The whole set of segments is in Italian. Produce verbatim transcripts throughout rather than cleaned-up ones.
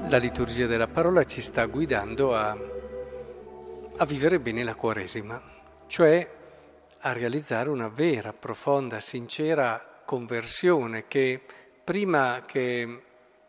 La liturgia della parola ci sta guidando a, a vivere bene la Quaresima, cioè a realizzare una vera, profonda, sincera conversione che prima che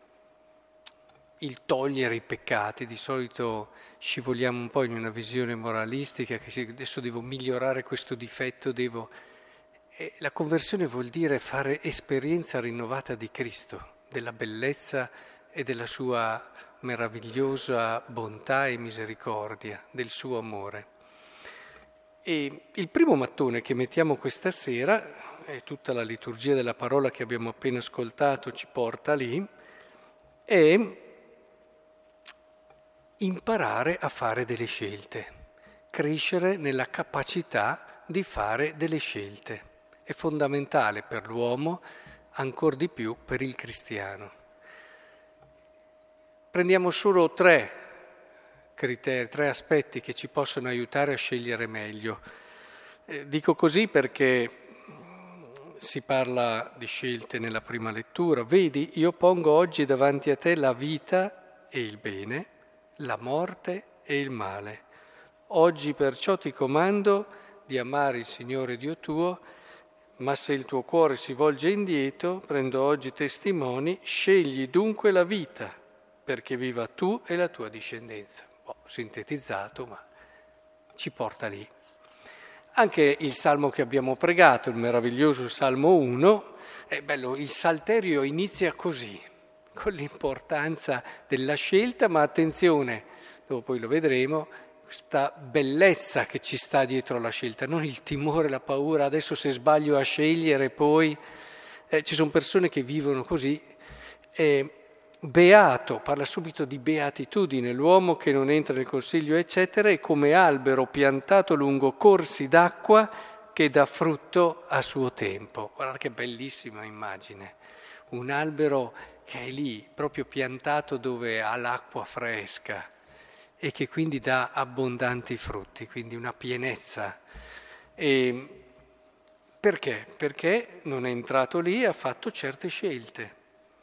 il togliere i peccati, di solito scivoliamo un po' in una visione moralistica che adesso devo migliorare questo difetto, devo... E la conversione vuol dire fare esperienza rinnovata di Cristo, della bellezza e della sua meravigliosa bontà e misericordia, del suo amore. E il primo mattone che mettiamo questa sera, e tutta la liturgia della parola che abbiamo appena ascoltato ci porta lì, è imparare a fare delle scelte, crescere nella capacità di fare delle scelte. È fondamentale per l'uomo, ancor di più per il cristiano. Prendiamo solo tre criteri, tre aspetti che ci possono aiutare a scegliere meglio. Eh, dico così perché si parla di scelte nella prima lettura. Vedi, io pongo oggi davanti a te la vita e il bene, la morte e il male. Oggi perciò ti comando di amare il Signore Dio tuo, ma se il tuo cuore si volge indietro, prendo oggi testimoni, scegli dunque la vita, perché viva tu e la tua discendenza. Oh, sintetizzato, ma ci porta lì. Anche il salmo che abbiamo pregato, il meraviglioso Salmo uno, è bello, il salterio inizia così, con l'importanza della scelta, ma attenzione, dopo poi lo vedremo, questa bellezza che ci sta dietro la scelta, non il timore, la paura, adesso se sbaglio a scegliere poi, eh, ci sono persone che vivono così, eh, beato, parla subito di beatitudine, l'uomo che non entra nel consiglio eccetera, è come albero piantato lungo corsi d'acqua che dà frutto a suo tempo. Guardate che bellissima immagine, un albero che è lì, proprio piantato dove ha l'acqua fresca e che quindi dà abbondanti frutti, quindi una pienezza. E perché? Perché non è entrato lì e ha fatto certe scelte.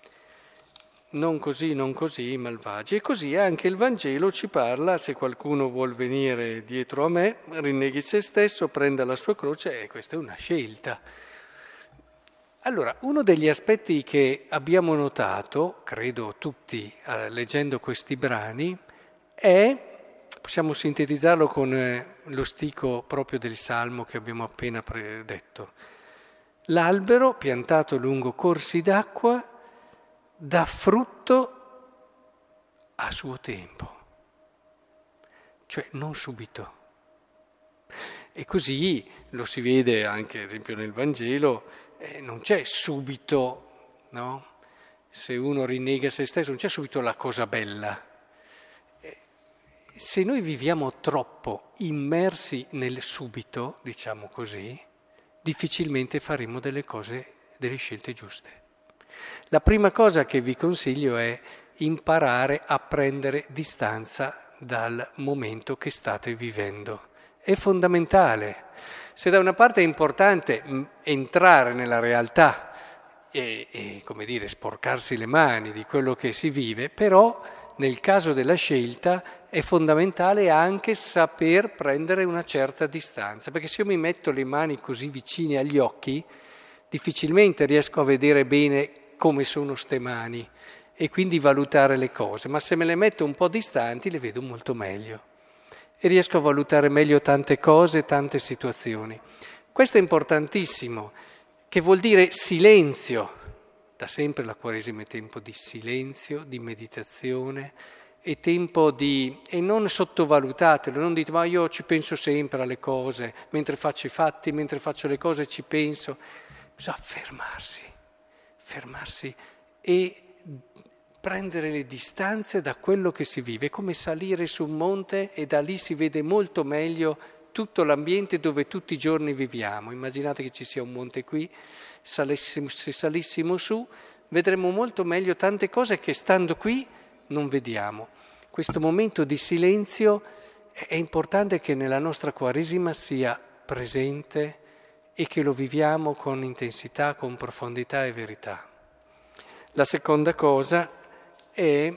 Non così, non così, malvagi. E così anche il Vangelo ci parla, se qualcuno vuol venire dietro a me, rinneghi se stesso, prenda la sua croce, e questa è una scelta. Allora, uno degli aspetti che abbiamo notato, credo tutti, eh, leggendo questi brani, è, possiamo sintetizzarlo con eh, lo stico proprio del Salmo che abbiamo appena pre- detto, l'albero piantato lungo corsi d'acqua dà frutto a suo tempo, cioè non subito. E così lo si vede anche, ad esempio, nel Vangelo, eh, non c'è subito, no? Se uno rinnega se stesso, non c'è subito la cosa bella. Se noi viviamo troppo immersi nel subito, diciamo così, difficilmente faremo delle cose, delle scelte giuste. La prima cosa che vi consiglio è imparare a prendere distanza dal momento che state vivendo. È fondamentale. Se da una parte è importante mh, entrare nella realtà e, e, come dire, sporcarsi le mani di quello che si vive, però nel caso della scelta è fondamentale anche saper prendere una certa distanza, perché se io mi metto le mani così vicine agli occhi, difficilmente riesco a vedere bene come sono ste mani e quindi valutare le cose, ma se me le metto un po' distanti le vedo molto meglio e riesco a valutare meglio tante cose, tante situazioni. Questo è importantissimo, che vuol dire silenzio. Da sempre la Quaresima è tempo di silenzio, di meditazione, è tempo di... e non sottovalutatelo, non dite ma io ci penso sempre alle cose, mentre faccio i fatti, mentre faccio le cose ci penso. Bisogna fermarsi, fermarsi e prendere le distanze da quello che si vive. È come salire su un monte e da lì si vede molto meglio tutto l'ambiente dove tutti i giorni viviamo. Immaginate che ci sia un monte qui, salissimo, se salissimo su vedremo molto meglio tante cose che stando qui non vediamo. Questo momento di silenzio è importante che nella nostra Quaresima sia presente e che lo viviamo con intensità, con profondità e verità. La seconda cosa è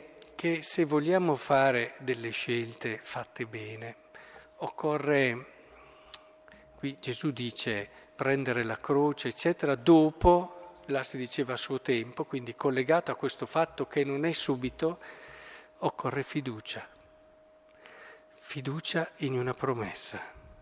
che se vogliamo fare delle scelte fatte bene, occorre, qui Gesù dice, prendere la croce, eccetera, dopo, là si diceva a suo tempo, quindi collegato a questo fatto che non è subito, occorre fiducia. Fiducia in una promessa.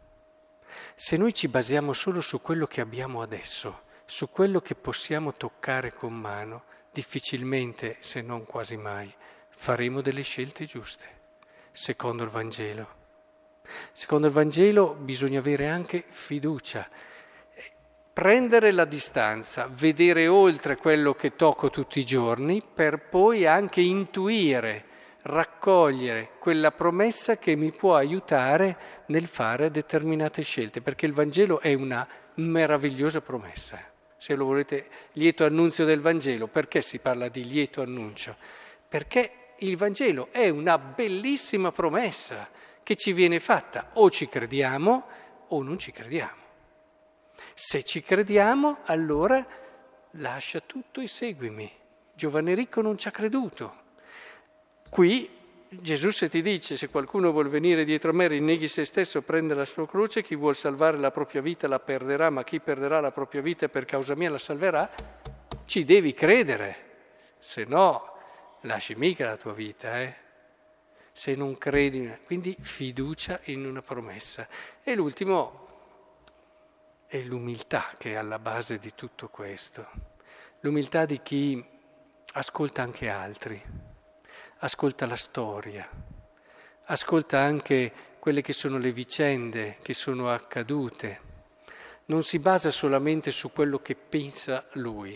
Se noi ci basiamo solo su quello che abbiamo adesso, su quello che possiamo toccare con mano, difficilmente, se non quasi mai, faremo delle scelte giuste, secondo il Vangelo. Secondo il Vangelo bisogna avere anche fiducia, prendere la distanza, vedere oltre quello che tocco tutti i giorni, per poi anche intuire, raccogliere quella promessa che mi può aiutare nel fare determinate scelte, perché il Vangelo è una meravigliosa promessa. Se lo volete, lieto annunzio del Vangelo, perché si parla di lieto annuncio? Perché il Vangelo è una bellissima promessa che ci viene fatta, o ci crediamo o non ci crediamo. Se ci crediamo, allora lascia tutto e seguimi. Giovane ricco non ci ha creduto. Qui Gesù se ti dice, se qualcuno vuol venire dietro a me, rinneghi se stesso, prende la sua croce, chi vuol salvare la propria vita la perderà, ma chi perderà la propria vita per causa mia la salverà, ci devi credere, se no lasci mica la tua vita, eh? Se non credi, quindi fiducia in una promessa. E l'ultimo è l'umiltà che è alla base di tutto questo, l'umiltà di chi ascolta anche altri, ascolta la storia, ascolta anche quelle che sono le vicende che sono accadute, non si basa solamente su quello che pensa lui,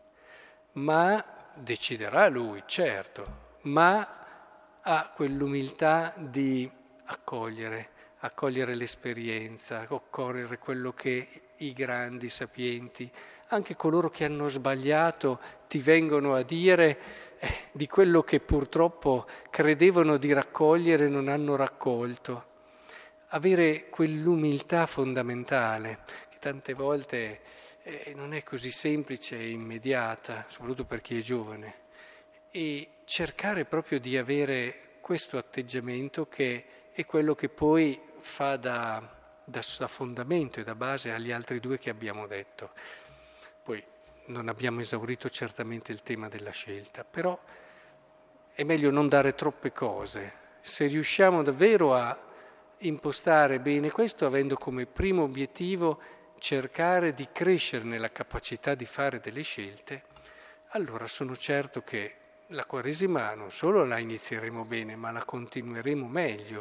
ma deciderà lui, certo, ma ha quell'umiltà di accogliere, accogliere l'esperienza, accogliere quello che i grandi sapienti, anche coloro che hanno sbagliato, ti vengono a dire eh, di quello che purtroppo credevano di raccogliere e non hanno raccolto. Avere quell'umiltà fondamentale, che tante volte eh, non è così semplice e immediata, soprattutto per chi è giovane, e cercare proprio di avere questo atteggiamento che è quello che poi fa da, da, da fondamento e da base agli altri due che abbiamo detto. Poi non abbiamo esaurito certamente il tema della scelta, però è meglio non dare troppe cose. Se riusciamo davvero a impostare bene questo, avendo come primo obiettivo cercare di crescere nella capacità di fare delle scelte, allora sono certo che la Quaresima non solo la inizieremo bene, ma la continueremo meglio,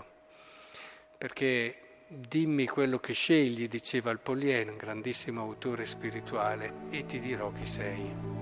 perché dimmi quello che scegli, diceva il Polieno, un grandissimo autore spirituale, e ti dirò chi sei.